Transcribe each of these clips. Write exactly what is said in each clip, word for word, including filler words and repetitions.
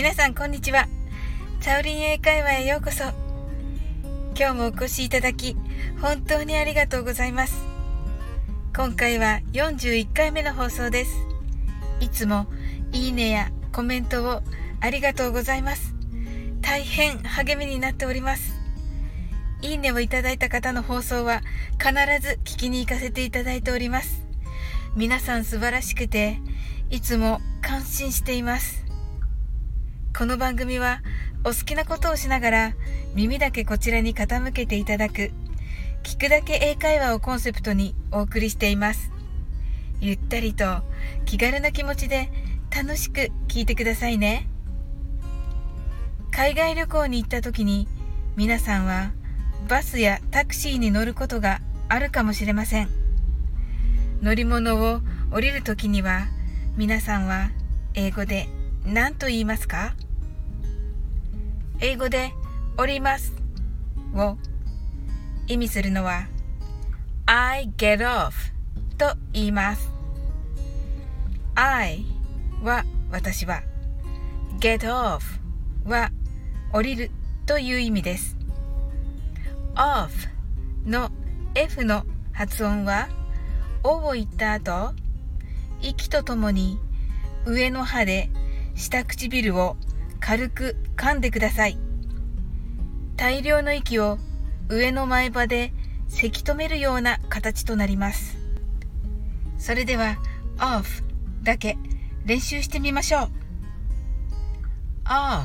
皆さんこんにちは。チャオリン英会話へようこそ。今日もお越しいただき本当にありがとうございます。今回はよんじゅういっかいめの放送です。いつもいいねやコメントをありがとうございます。大変励みになっております。いいねをいただいた方の放送は必ず聞きに行かせていただいております。皆さん素晴らしくていつも感心しています。この番組はお好きなことをしながら耳だけこちらに傾けていただく聞くだけ英会話をコンセプトにお送りしています。ゆったりと気軽な気持ちで楽しく聞いてくださいね。海外旅行に行った時に皆さんはバスやタクシーに乗ることがあるかもしれません。乗り物を降りる時には皆さんは英語で何と言いますか？英語で降りますを意味するのは I get off と言います。 I は私は、 get off は降りるという意味です。 off の F の発音は O を言った後、息とともに上の歯で下唇を軽く噛んでください。大量の息を上の前歯でせき止めるような形となります。それでは off だけ練習してみましょう。 off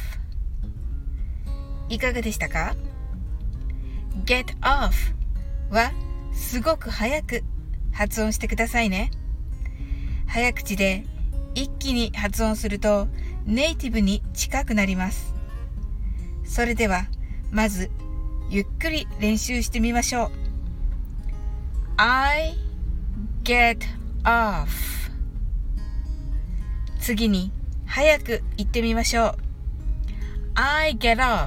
いかがでしたか？ get off はすごく早く発音してくださいね。早口で一気に発音するとネイティブに近くなります。それではまずゆっくり練習してみましょう。 I get off。 次に早く言ってみましょう。 I get off。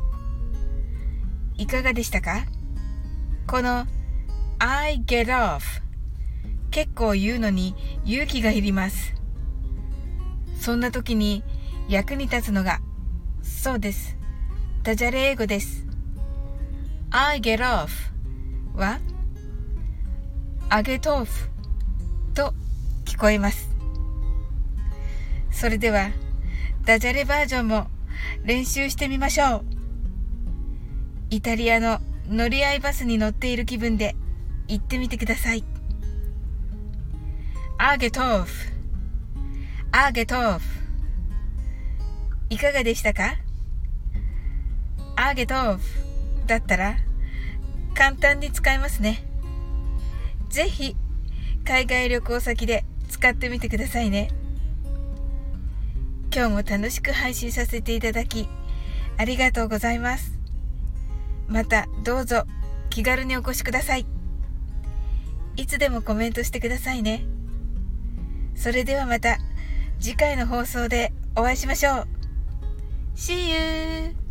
いかがでしたか？この I get off 結構言うのに勇気がいります。そんな時に役に立つのが、そうです、ダジャレ英語です。 I get off は I get off と聞こえます。それではダジャレバージョンも練習してみましょう。イタリアの乗り合いバスに乗っている気分で言ってみてください。 I get off I get off。 いかがでしたか？ I get off だったら簡単に使えますね。ぜひ海外旅行先で使ってみてくださいね。今日も楽しく配信させていただきありがとうございます。またどうぞ気軽にお越しください。いつでもコメントしてくださいね。それではまた次回の放送でお会いしましょう。See you!